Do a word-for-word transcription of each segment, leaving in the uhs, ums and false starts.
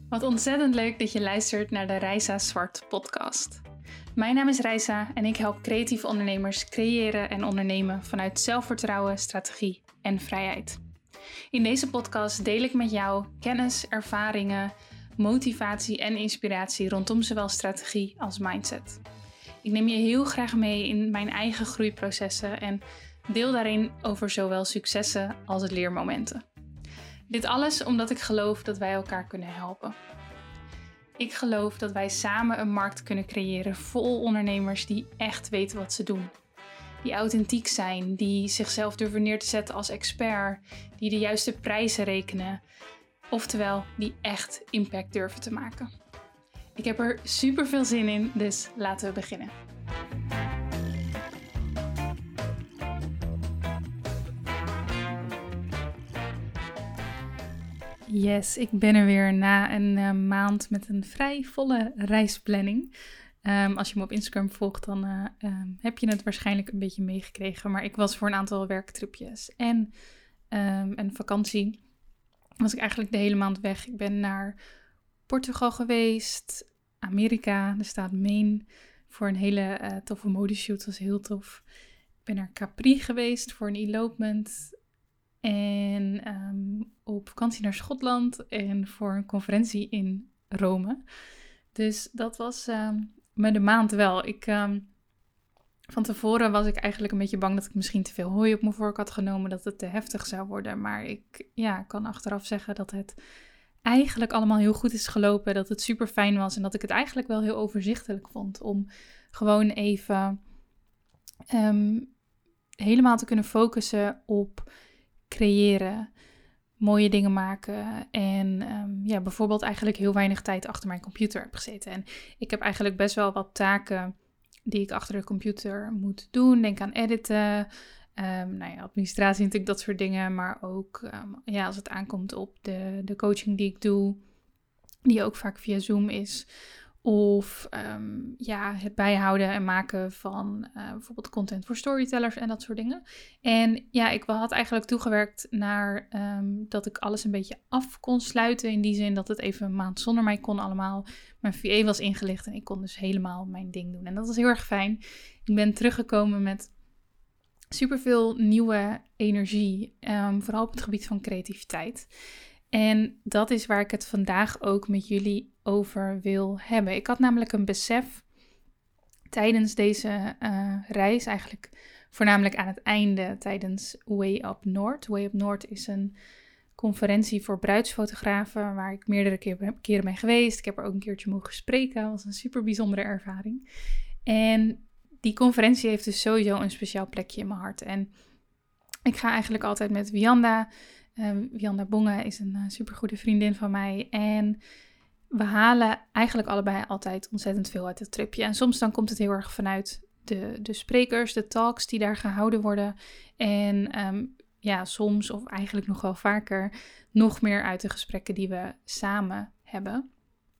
Wat ontzettend leuk dat je luistert naar de Reisa Zwart podcast. Mijn naam is Reisa en ik help creatieve ondernemers creëren en ondernemen vanuit zelfvertrouwen, strategie en vrijheid. In deze podcast deel ik met jou kennis, ervaringen, motivatie en inspiratie rondom zowel strategie als mindset. Ik neem je heel graag mee in mijn eigen groeiprocessen en deel daarin over zowel successen als leermomenten. Dit alles omdat ik geloof dat wij elkaar kunnen helpen. Ik geloof dat wij samen een markt kunnen creëren vol ondernemers die echt weten wat ze doen. Die authentiek zijn, die zichzelf durven neer te zetten als expert, die de juiste prijzen rekenen. Oftewel, die echt impact durven te maken. Ik heb er super veel zin in, dus laten we beginnen. Yes, ik ben er weer na een uh, maand met een vrij volle reisplanning. Um, als je me op Instagram volgt, dan uh, um, heb je het waarschijnlijk een beetje meegekregen. Maar ik was voor een aantal werktripjes en um, een vakantie. Was ik eigenlijk de hele maand weg. Ik ben naar Portugal geweest, Amerika, de staat Maine, voor een hele uh, toffe modeshoot. Dat was heel tof. Ik ben naar Capri geweest voor een elopement. En um, op vakantie naar Schotland en voor een conferentie in Rome. Dus dat was um, me de maand wel. Ik, um, van tevoren was ik eigenlijk een beetje bang dat ik misschien te veel hooi op mijn vork had genomen. Dat het te heftig zou worden. Maar ik ja, kan achteraf zeggen dat het eigenlijk allemaal heel goed is gelopen. Dat het super fijn was en dat ik het eigenlijk wel heel overzichtelijk vond. Om gewoon even um, helemaal te kunnen focussen op creëren, mooie dingen maken en um, ja, bijvoorbeeld eigenlijk heel weinig tijd achter mijn computer heb gezeten. En ik heb eigenlijk best wel wat taken die ik achter de computer moet doen. Denk aan editen, um, nou ja, administratie natuurlijk, dat soort dingen. Maar ook um, ja, als het aankomt op de, de coaching die ik doe, die ook vaak via Zoom is. Of um, ja, het bijhouden en maken van uh, bijvoorbeeld content voor storytellers en dat soort dingen. En ja, ik had eigenlijk toegewerkt naar um, dat ik alles een beetje af kon sluiten. In die zin dat het even een maand zonder mij kon allemaal. Mijn V A was ingelicht en ik kon dus helemaal mijn ding doen. En dat was heel erg fijn. Ik ben teruggekomen met superveel nieuwe energie. Um, vooral op het gebied van creativiteit. En dat is waar ik het vandaag ook met jullie over wil hebben. Ik had namelijk een besef tijdens deze uh, reis, eigenlijk voornamelijk aan het einde tijdens Way Up North. Way Up North is een conferentie voor bruidsfotografen waar ik meerdere keren, keren ben geweest. Ik heb er ook een keertje mogen spreken. Dat was een super bijzondere ervaring. En die conferentie heeft dus sowieso een speciaal plekje in mijn hart. En ik ga eigenlijk altijd met Wianda. Uh, Wianda Bonge is een uh, supergoede vriendin van mij. En we halen eigenlijk allebei altijd ontzettend veel uit het tripje. En soms dan komt het heel erg vanuit de, de sprekers, de talks die daar gehouden worden. En um, ja, soms of eigenlijk nog wel vaker nog meer uit de gesprekken die we samen hebben.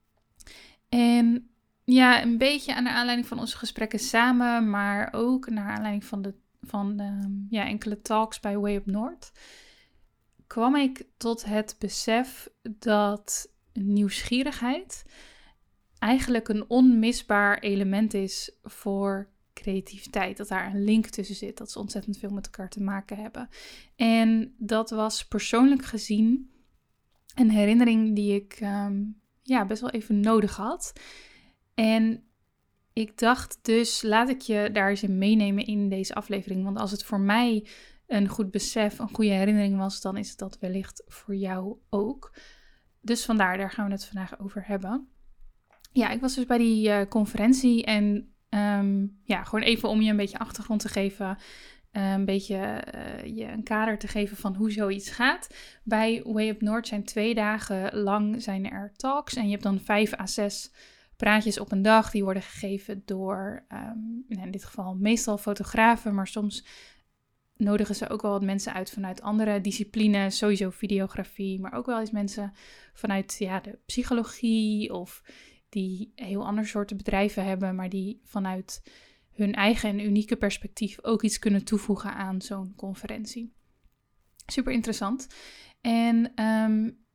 En ja, een beetje aan de aanleiding van onze gesprekken samen, maar ook naar aanleiding van, de, van um, ja, enkele talks bij Way Up North, kwam ik tot het besef dat nieuwsgierigheid eigenlijk een onmisbaar element is voor creativiteit. Dat daar een link tussen zit, dat ze ontzettend veel met elkaar te maken hebben. En dat was persoonlijk gezien een herinnering die ik um, ja, best wel even nodig had. En ik dacht dus, laat ik je daar eens in meenemen in deze aflevering. Want als het voor mij een goed besef, een goede herinnering was, dan is het dat wellicht voor jou ook. Dus vandaar, daar gaan we het vandaag over hebben. Ja, ik was dus bij die uh, conferentie en um, ja, gewoon even om je een beetje achtergrond te geven, uh, een beetje uh, je een kader te geven van hoe zoiets gaat. Bij Way Up North zijn twee dagen lang zijn er talks en je hebt dan vijf à zes praatjes op een dag. Die worden gegeven door, um, in dit geval meestal fotografen, maar soms nodigen ze ook wel wat mensen uit vanuit andere disciplines, sowieso videografie, maar ook wel eens mensen vanuit ja, de psychologie of die heel andere soorten bedrijven hebben, maar die vanuit hun eigen en unieke perspectief ook iets kunnen toevoegen aan zo'n conferentie. Super interessant. En um,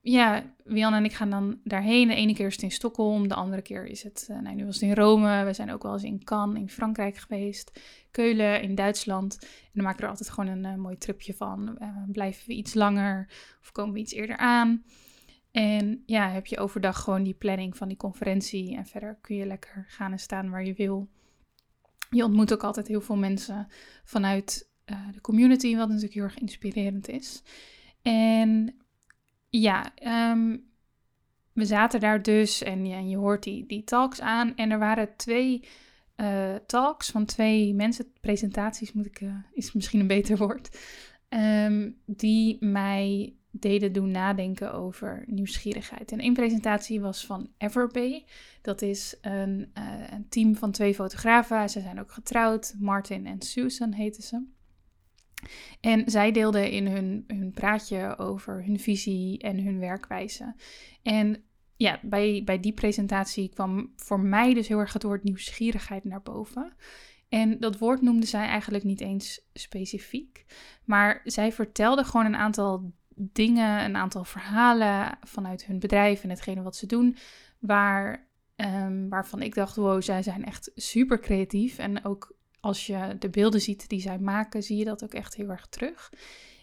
ja, Wian en ik gaan dan daarheen. De ene keer is het in Stockholm, de andere keer is het... Uh, nou, nu was het in Rome. We zijn ook wel eens in Cannes in Frankrijk geweest. Keulen in Duitsland. En dan maken we er altijd gewoon een uh, mooi tripje van. Uh, blijven we iets langer of komen we iets eerder aan. En ja, heb je overdag gewoon die planning van die conferentie. En verder kun je lekker gaan en staan waar je wil. Je ontmoet ook altijd heel veel mensen vanuit uh, de community, wat natuurlijk heel erg inspirerend is. En ja, um, we zaten daar dus en, ja, en je hoort die, die talks aan. En er waren twee uh, talks van twee mensen, presentaties moet ik, uh, is misschien een beter woord, um, die mij deden doen nadenken over nieuwsgierigheid. En één presentatie was van Everbay. Dat is een, uh, een team van twee fotografen. Ze zijn ook getrouwd. Martin en Susan heten ze. En zij deelden in hun, hun praatje over hun visie en hun werkwijze. En ja, bij, bij die presentatie kwam voor mij dus heel erg het woord nieuwsgierigheid naar boven. En dat woord noemde zij eigenlijk niet eens specifiek. Maar zij vertelde gewoon een aantal dingen, een aantal verhalen vanuit hun bedrijf en hetgene wat ze doen, waar, um, waarvan ik dacht, wow, zij zijn echt super creatief. En ook als je de beelden ziet die zij maken, zie je dat ook echt heel erg terug.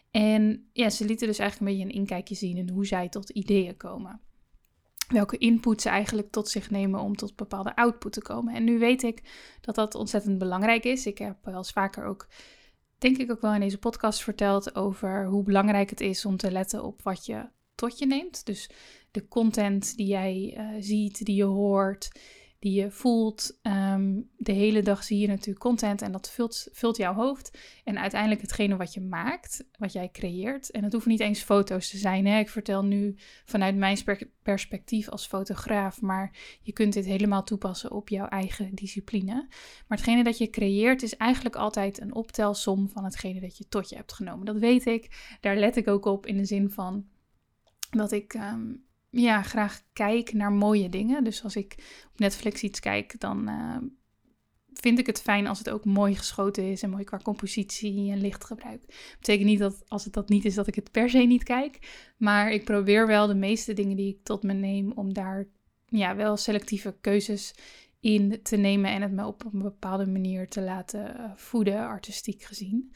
En ja, ze lieten dus eigenlijk een beetje een inkijkje zien in hoe zij tot ideeën komen. Welke input ze eigenlijk tot zich nemen om tot bepaalde output te komen. En nu weet ik dat dat ontzettend belangrijk is. Ik heb wel eens vaker ook, denk ik ook wel in deze podcast verteld over hoe belangrijk het is om te letten op wat je tot je neemt. Dus de content die jij uh, ziet, die je hoort, die je voelt. Um, de hele dag zie je natuurlijk content en dat vult, vult jouw hoofd. En uiteindelijk hetgene wat je maakt, wat jij creëert. En het hoeven niet eens foto's te zijn. Hè? Ik vertel nu vanuit mijn perspectief als fotograaf. Maar je kunt dit helemaal toepassen op jouw eigen discipline. Maar hetgene dat je creëert is eigenlijk altijd een optelsom van hetgene dat je tot je hebt genomen. Dat weet ik. Daar let ik ook op in de zin van dat ik Um, ja, graag kijk naar mooie dingen. Dus als ik op Netflix iets kijk, dan uh, vind ik het fijn als het ook mooi geschoten is en mooi qua compositie en lichtgebruik. Dat betekent niet dat als het dat niet is, dat ik het per se niet kijk. Maar ik probeer wel de meeste dingen die ik tot me neem, om daar ja, wel selectieve keuzes in te nemen en het me op een bepaalde manier te laten voeden, artistiek gezien.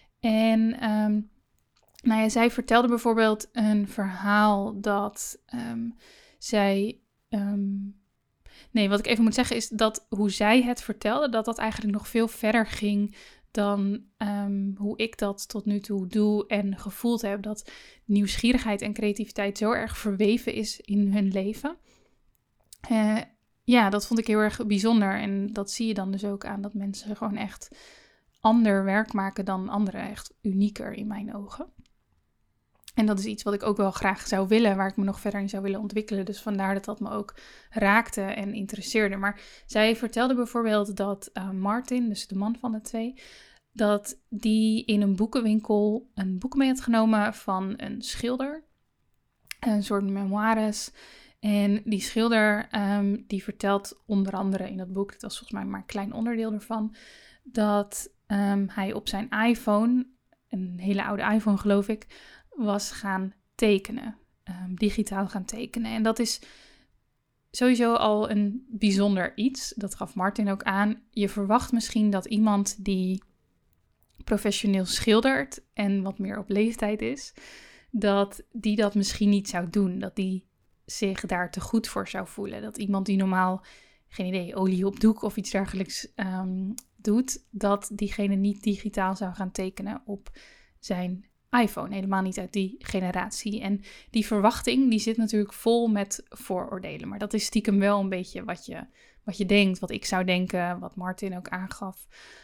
En Um, Nou ja, zij vertelde bijvoorbeeld een verhaal dat um, zij... Um, nee, wat ik even moet zeggen is dat hoe zij het vertelde, dat dat eigenlijk nog veel verder ging dan um, hoe ik dat tot nu toe doe en gevoeld heb. Dat nieuwsgierigheid en creativiteit zo erg verweven is in hun leven. Uh, ja, dat vond ik heel erg bijzonder. En dat zie je dan dus ook aan dat mensen gewoon echt ander werk maken dan anderen. Echt unieker in mijn ogen. En dat is iets wat ik ook wel graag zou willen, waar ik me nog verder in zou willen ontwikkelen. Dus vandaar dat dat me ook raakte en interesseerde. Maar zij vertelde bijvoorbeeld dat uh, Martin, dus de man van de twee, dat die in een boekenwinkel een boek mee had genomen van een schilder. Een soort memoires. En die schilder, um, die vertelt onder andere in dat boek, dat was volgens mij maar een klein onderdeel ervan, dat um, hij op zijn iPhone, een hele oude iPhone geloof ik, was gaan tekenen, um, digitaal gaan tekenen. En dat is sowieso al een bijzonder iets. Dat gaf Martin ook aan. Je verwacht misschien dat iemand die professioneel schildert en wat meer op leeftijd is, dat die dat misschien niet zou doen. Dat die zich daar te goed voor zou voelen. Dat iemand die normaal, geen idee, olie op doek of iets dergelijks um, doet, dat diegene niet digitaal zou gaan tekenen op zijn iPhone, helemaal niet uit die generatie. En die verwachting, die zit natuurlijk vol met vooroordelen. Maar dat is stiekem wel een beetje wat je, wat je denkt, wat ik zou denken, wat Martin ook aangaf.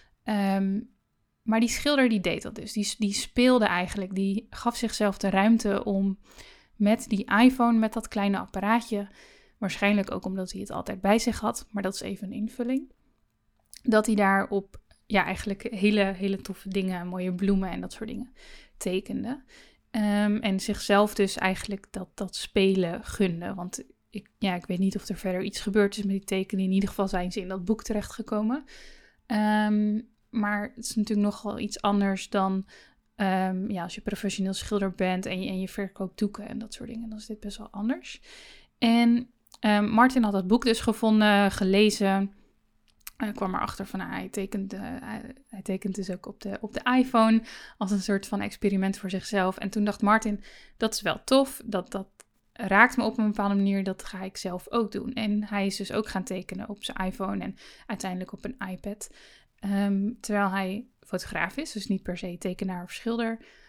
Um, maar die schilder, die deed dat dus. Die, die speelde eigenlijk, die gaf zichzelf de ruimte om met die iPhone, met dat kleine apparaatje, waarschijnlijk ook omdat hij het altijd bij zich had, maar dat is even een invulling, dat hij daarop ja, eigenlijk hele, hele toffe dingen, mooie bloemen en dat soort dingen tekende. Um, en zichzelf dus eigenlijk dat, dat spelen gunde. Want ik, ja, ik weet niet of er verder iets gebeurd is met die tekenen. In ieder geval zijn ze in dat boek terechtgekomen. Um, maar het is natuurlijk nogal iets anders dan Um, ja, als je professioneel schilder bent en je, en je verkoopt doeken en dat soort dingen, dan is dit best wel anders. En um, Martin had dat boek dus gevonden, gelezen. Ik uh, kwam erachter van, nou, hij, tekent, uh, hij, hij tekent dus ook op de, op de iPhone als een soort van experiment voor zichzelf. En toen dacht Martin, dat is wel tof, dat, dat raakt me op een bepaalde manier, dat ga ik zelf ook doen. En hij is dus ook gaan tekenen op zijn iPhone en uiteindelijk op een iPad. Um, terwijl hij fotograaf is, dus niet per se tekenaar of schilder.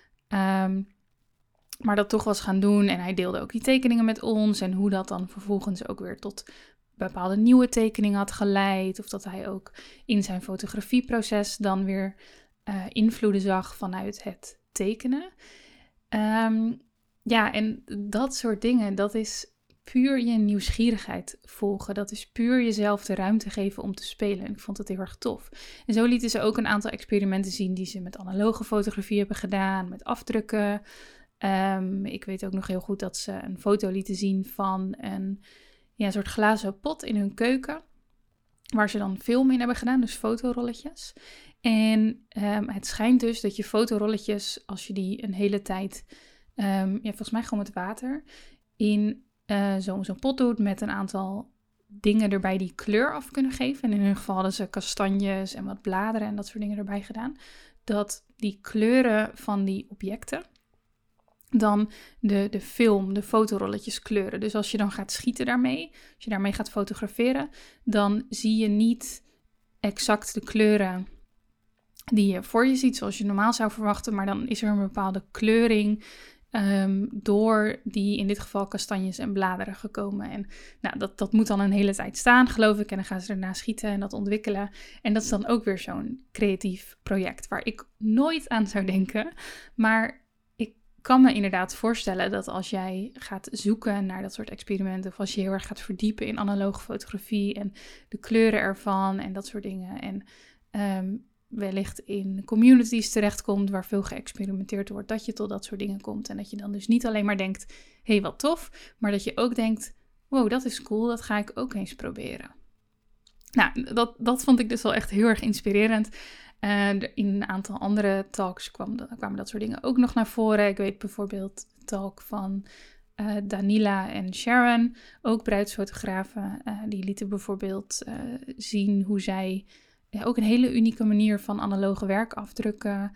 Um, maar dat toch was gaan doen en hij deelde ook die tekeningen met ons en hoe dat dan vervolgens ook weer tot bepaalde nieuwe tekeningen had geleid. Of dat hij ook in zijn fotografieproces dan weer uh, invloeden zag vanuit het tekenen. Um, ja, en dat soort dingen, dat is puur je nieuwsgierigheid volgen. Dat is puur jezelf de ruimte geven om te spelen. En ik vond het heel erg tof. En zo lieten ze ook een aantal experimenten zien die ze met analoge fotografie hebben gedaan, met afdrukken. Um, ik weet ook nog heel goed dat ze een foto lieten zien van een, ja, een soort glazen pot in hun keuken, waar ze dan film in hebben gedaan, dus fotorolletjes. En um, het schijnt dus dat je fotorolletjes, als je die een hele tijd, um, ja, volgens mij gewoon met water, in uh, zo, zo'n pot doet met een aantal dingen erbij die kleur af kunnen geven. En in hun geval hadden ze kastanjes en wat bladeren en dat soort dingen erbij gedaan. Dat die kleuren van die objecten dan de, de film, de fotorolletjes kleuren. Dus als je dan gaat schieten daarmee, als je daarmee gaat fotograferen, dan zie je niet exact de kleuren die je voor je ziet, zoals je normaal zou verwachten, maar dan is er een bepaalde kleuring um, door die in dit geval kastanjes en bladeren gekomen. En nou, dat, dat moet dan een hele tijd staan, geloof ik, en dan gaan ze erna schieten en dat ontwikkelen. En dat is dan ook weer zo'n creatief project waar ik nooit aan zou denken, maar ik kan me inderdaad voorstellen dat als jij gaat zoeken naar dat soort experimenten, of als je heel erg gaat verdiepen in analoge fotografie en de kleuren ervan en dat soort dingen, en um, wellicht in communities terechtkomt waar veel geëxperimenteerd wordt, dat je tot dat soort dingen komt. En dat je dan dus niet alleen maar denkt, hé, hey, wat tof, maar dat je ook denkt, wow, dat is cool, dat ga ik ook eens proberen. Nou, dat, dat vond ik dus wel echt heel erg inspirerend. Uh, in een aantal andere talks kwam, kwamen dat soort dingen ook nog naar voren. Ik weet bijvoorbeeld de talk van uh, Danila en Sharon, ook bruidsfotografen. Uh, die lieten bijvoorbeeld uh, zien hoe zij ja, ook een hele unieke manier van analoge werk afdrukken.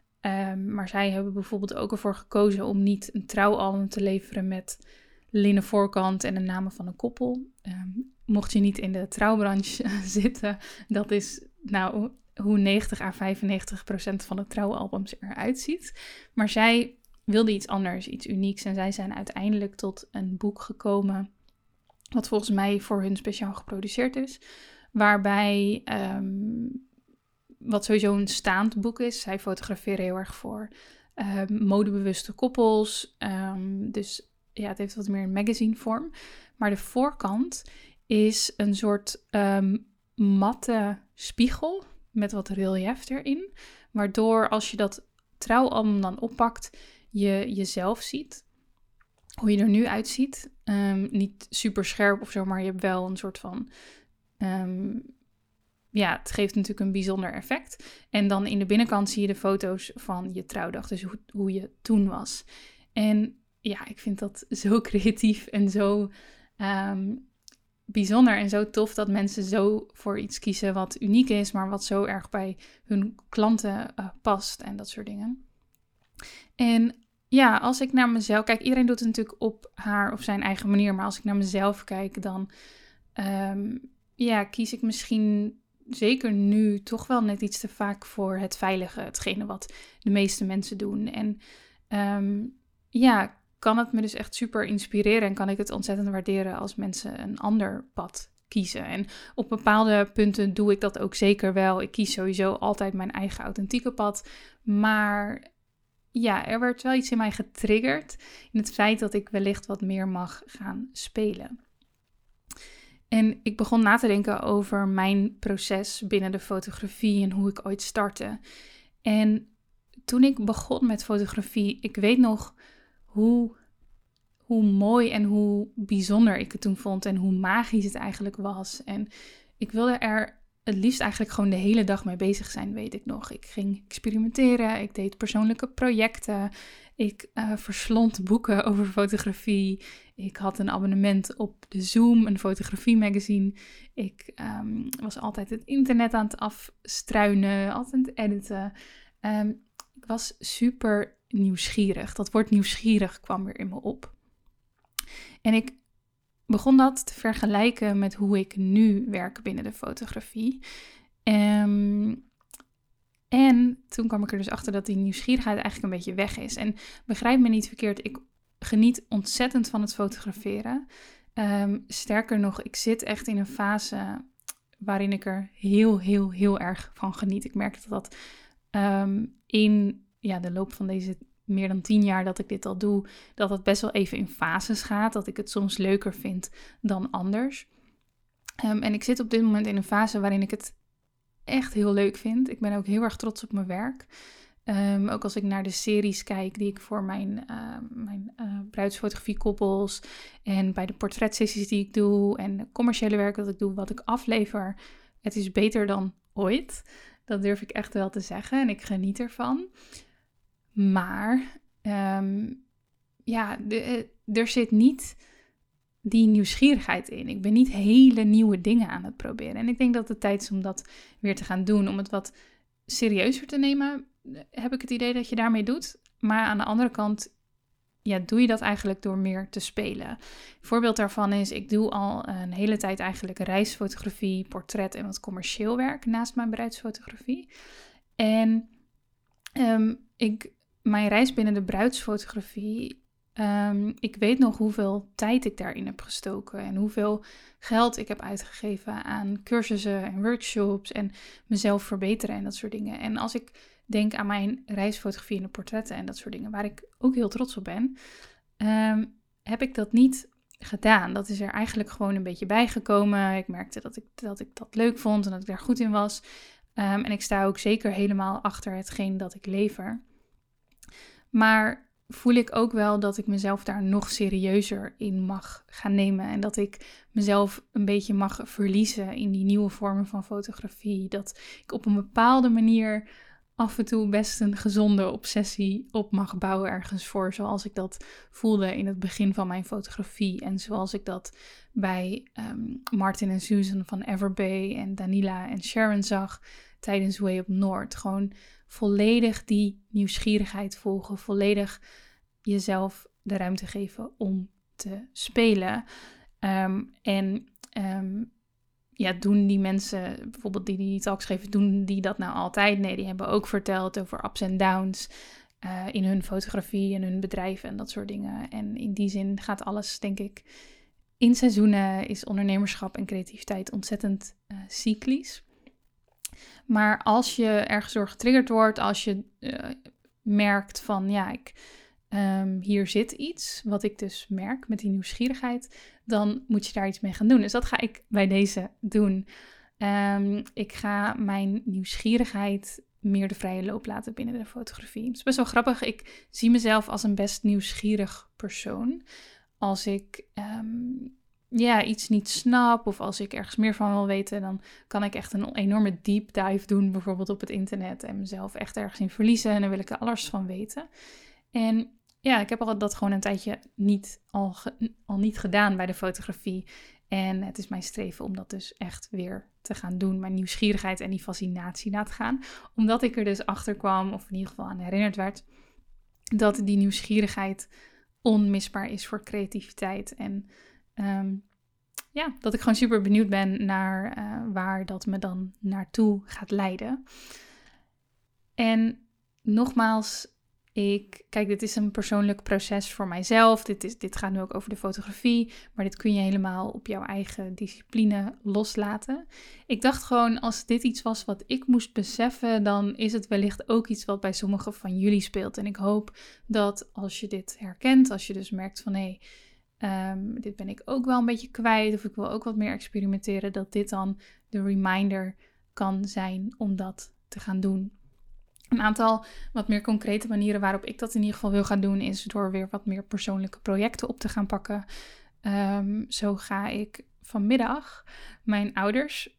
Um, maar zij hebben bijvoorbeeld ook ervoor gekozen om niet een trouwalbum te leveren met linnen voorkant en de namen van een koppel. Um, mocht je niet in de trouwbranche zitten, dat is nou hoe negentig à vijfennegentig procent van de trouwalbums eruit ziet. Maar zij wilde iets anders, iets unieks. En zij zijn uiteindelijk tot een boek gekomen, wat volgens mij voor hun speciaal geproduceerd is. Waarbij, um, wat sowieso een staand boek is. Zij fotograferen heel erg voor um, modebewuste koppels. Um, dus ja, het heeft wat meer een magazine vorm. Maar de voorkant is een soort um, matte spiegel met wat relief erin. Waardoor als je dat trouwalbum dan oppakt, je jezelf ziet. Hoe je er nu uitziet. Um, niet super scherp of zo, maar je hebt wel een soort van... Um, ja, het geeft natuurlijk een bijzonder effect. En dan in de binnenkant zie je de foto's van je trouwdag. Dus hoe, hoe je toen was. En ja, ik vind dat zo creatief en zo... Um, bijzonder en zo tof dat mensen zo voor iets kiezen wat uniek is, maar wat zo erg bij hun klanten uh, past en dat soort dingen. En ja, als ik naar mezelf kijk, iedereen doet het natuurlijk op haar of zijn eigen manier, maar als ik naar mezelf kijk, dan um, ja, kies ik misschien zeker nu toch wel net iets te vaak voor het veilige, hetgene wat de meeste mensen doen. En um, ja, kan het me dus echt super inspireren en kan ik het ontzettend waarderen als mensen een ander pad kiezen. En op bepaalde punten doe ik dat ook zeker wel. Ik kies sowieso altijd mijn eigen authentieke pad. Maar ja, er werd wel iets in mij getriggerd in het feit dat ik wellicht wat meer mag gaan spelen. En ik begon na te denken over mijn proces binnen de fotografie en hoe ik ooit startte. En toen ik begon met fotografie, ik weet nog hoe, hoe mooi en hoe bijzonder ik het toen vond en hoe magisch het eigenlijk was. En ik wilde er het liefst eigenlijk gewoon de hele dag mee bezig zijn, weet ik nog. Ik ging experimenteren, ik deed persoonlijke projecten, ik uh, verslond boeken over fotografie. Ik had een abonnement op de Zoom, een fotografiemagazine. Ik um, was altijd het internet aan het afstruinen, altijd aan het editen. Um, ik was super nieuwsgierig. Dat woord nieuwsgierig kwam weer in me op. En ik begon dat te vergelijken met hoe ik nu werk binnen de fotografie. Um, en toen kwam ik er dus achter dat die nieuwsgierigheid eigenlijk een beetje weg is. En begrijp me niet verkeerd, ik geniet ontzettend van het fotograferen. Um, sterker nog, ik zit echt in een fase waarin ik er heel, heel, heel erg van geniet. Ik merk dat dat um, in ja, de loop van deze meer dan tien jaar dat ik dit al doe, dat het best wel even in fases gaat. Dat ik het soms leuker vind dan anders. Um, en ik zit op dit moment in een fase waarin ik het echt heel leuk vind. Ik ben ook heel erg trots op mijn werk. Um, ook als ik naar de series kijk die ik voor mijn, uh, mijn uh, bruidsfotografie-koppels en bij de portretsessies die ik doe en de commerciële werk dat ik doe, wat ik aflever, het is beter dan ooit. Dat durf ik echt wel te zeggen en ik geniet ervan. Maar um, ja, de, er zit niet die nieuwsgierigheid in. Ik ben niet hele nieuwe dingen aan het proberen. En ik denk dat het tijd is om dat weer te gaan doen. Om het wat serieuzer te nemen, heb ik het idee dat je daarmee doet. Maar aan de andere kant, ja, doe je dat eigenlijk door meer te spelen. Een voorbeeld daarvan is, ik doe al een hele tijd eigenlijk reisfotografie, portret en wat commercieel werk naast mijn bruidsfotografie. En um, ik, mijn reis binnen de bruidsfotografie, Um, ik weet nog hoeveel tijd ik daarin heb gestoken en hoeveel geld ik heb uitgegeven aan cursussen en workshops en mezelf verbeteren en dat soort dingen. En als ik denk aan mijn reisfotografie en de portretten en dat soort dingen, waar ik ook heel trots op ben, um, heb ik dat niet gedaan. Dat is er eigenlijk gewoon een beetje bijgekomen. Ik merkte dat ik dat, ik dat leuk vond en dat ik daar goed in was. Um, en ik sta ook zeker helemaal achter hetgeen dat ik lever. Maar voel ik ook wel dat ik mezelf daar nog serieuzer in mag gaan nemen. En dat ik mezelf een beetje mag verliezen in die nieuwe vormen van fotografie. Dat ik op een bepaalde manier af en toe best een gezonde obsessie op mag bouwen ergens voor. Zoals ik dat voelde in het begin van mijn fotografie. En zoals ik dat bij um, Martin en Susan van Everbay en Danila en Sharon zag tijdens Way Up North. Gewoon volledig die nieuwsgierigheid volgen. Volledig jezelf de ruimte geven om te spelen. Um, en um, ja, doen die mensen, bijvoorbeeld die die talks geven, doen die dat nou altijd? Nee, die hebben ook verteld over ups en downs uh, in hun fotografie en hun bedrijf en dat soort dingen. En in die zin gaat alles, denk ik, in seizoenen, is ondernemerschap en creativiteit ontzettend uh, cyclisch. Maar als je ergens door getriggerd wordt, als je uh, merkt van, ja, ik, um, hier zit iets, wat ik dus merk met die nieuwsgierigheid, dan moet je daar iets mee gaan doen. Dus dat ga ik bij deze doen. Um, ik ga mijn nieuwsgierigheid meer de vrije loop laten binnen de fotografie. Het is best wel grappig. Ik zie mezelf als een best nieuwsgierig persoon. Als ik Um, ja, iets niet snap of als ik ergens meer van wil weten, dan kan ik echt een enorme deep dive doen, bijvoorbeeld op het internet en mezelf echt ergens in verliezen en dan wil ik er alles van weten. En ja, ik heb al dat gewoon een tijdje niet, al, ge, al niet gedaan bij de fotografie en het is mijn streven om dat dus echt weer te gaan doen, mijn nieuwsgierigheid en die fascinatie laat gaan, omdat ik er dus achter kwam, of in ieder geval aan herinnerd werd, dat die nieuwsgierigheid onmisbaar is voor creativiteit en Um, ja, dat ik gewoon super benieuwd ben naar uh, waar dat me dan naartoe gaat leiden. En nogmaals, ik, kijk, dit is een persoonlijk proces voor mijzelf. Dit, is, dit gaat nu ook over de fotografie, maar dit kun je helemaal op jouw eigen discipline loslaten. Ik dacht gewoon, als dit iets was wat ik moest beseffen, dan is het wellicht ook iets wat bij sommigen van jullie speelt. En ik hoop dat als je dit herkent, als je dus merkt van hé, hey, Um, dit ben ik ook wel een beetje kwijt of ik wil ook wat meer experimenteren, dat dit dan de reminder kan zijn om dat te gaan doen. Een aantal wat meer concrete manieren waarop ik dat in ieder geval wil gaan doen is door weer wat meer persoonlijke projecten op te gaan pakken. Um, zo ga ik vanmiddag mijn ouders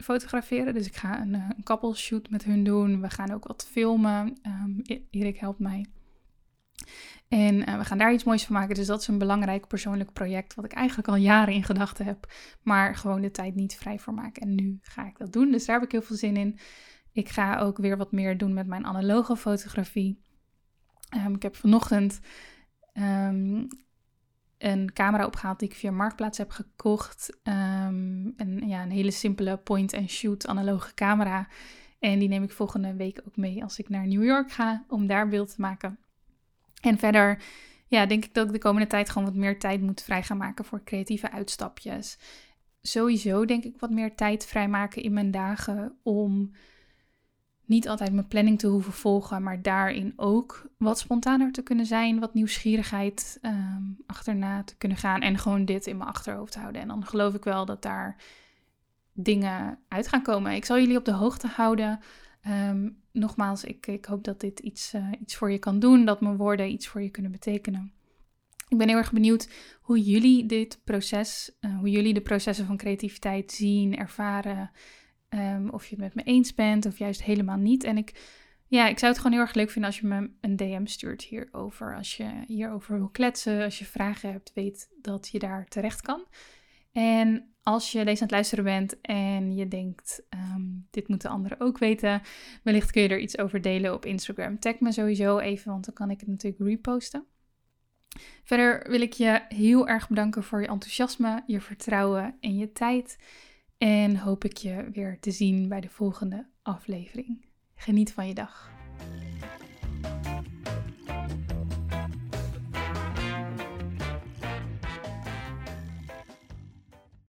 fotograferen. Dus ik ga een, uh, een couple shoot met hun doen. We gaan ook wat filmen. Um, Erik helpt mij. En uh, we gaan daar iets moois van maken. Dus dat is een belangrijk persoonlijk project wat ik eigenlijk al jaren in gedachten heb. Maar gewoon de tijd niet vrij voor maken. En nu ga ik dat doen. Dus daar heb ik heel veel zin in. Ik ga ook weer wat meer doen met mijn analoge fotografie. Um, ik heb vanochtend um, een camera opgehaald die ik via Marktplaats heb gekocht. Um, en ja, een hele simpele point-and-shoot analoge camera. En die neem ik volgende week ook mee als ik naar New York ga om daar beeld te maken. En verder ja, denk ik dat ik de komende tijd gewoon wat meer tijd moet vrij gaan maken voor creatieve uitstapjes. Sowieso denk ik wat meer tijd vrijmaken in mijn dagen om niet altijd mijn planning te hoeven volgen, maar daarin ook wat spontaner te kunnen zijn, wat nieuwsgierigheid um, achterna te kunnen gaan en gewoon dit in mijn achterhoofd houden. En dan geloof ik wel dat daar dingen uit gaan komen. Ik zal jullie op de hoogte houden. Um, nogmaals, ik, ik hoop dat dit iets, uh, iets voor je kan doen, dat mijn woorden iets voor je kunnen betekenen. Ik ben heel erg benieuwd hoe jullie dit proces, uh, hoe jullie de processen van creativiteit zien, ervaren. Um, of je het met me eens bent of juist helemaal niet. En ik, ja, ik zou het gewoon heel erg leuk vinden als je me een D M stuurt hierover. Als je hierover wil kletsen, als je vragen hebt, weet dat je daar terecht kan. En als je deze aan het luisteren bent en je denkt, um, dit moeten anderen ook weten, wellicht kun je er iets over delen op Instagram. Tag me sowieso even, want dan kan ik het natuurlijk reposten. Verder wil ik je heel erg bedanken voor je enthousiasme, je vertrouwen en je tijd. En hoop ik je weer te zien bij de volgende aflevering. Geniet van je dag.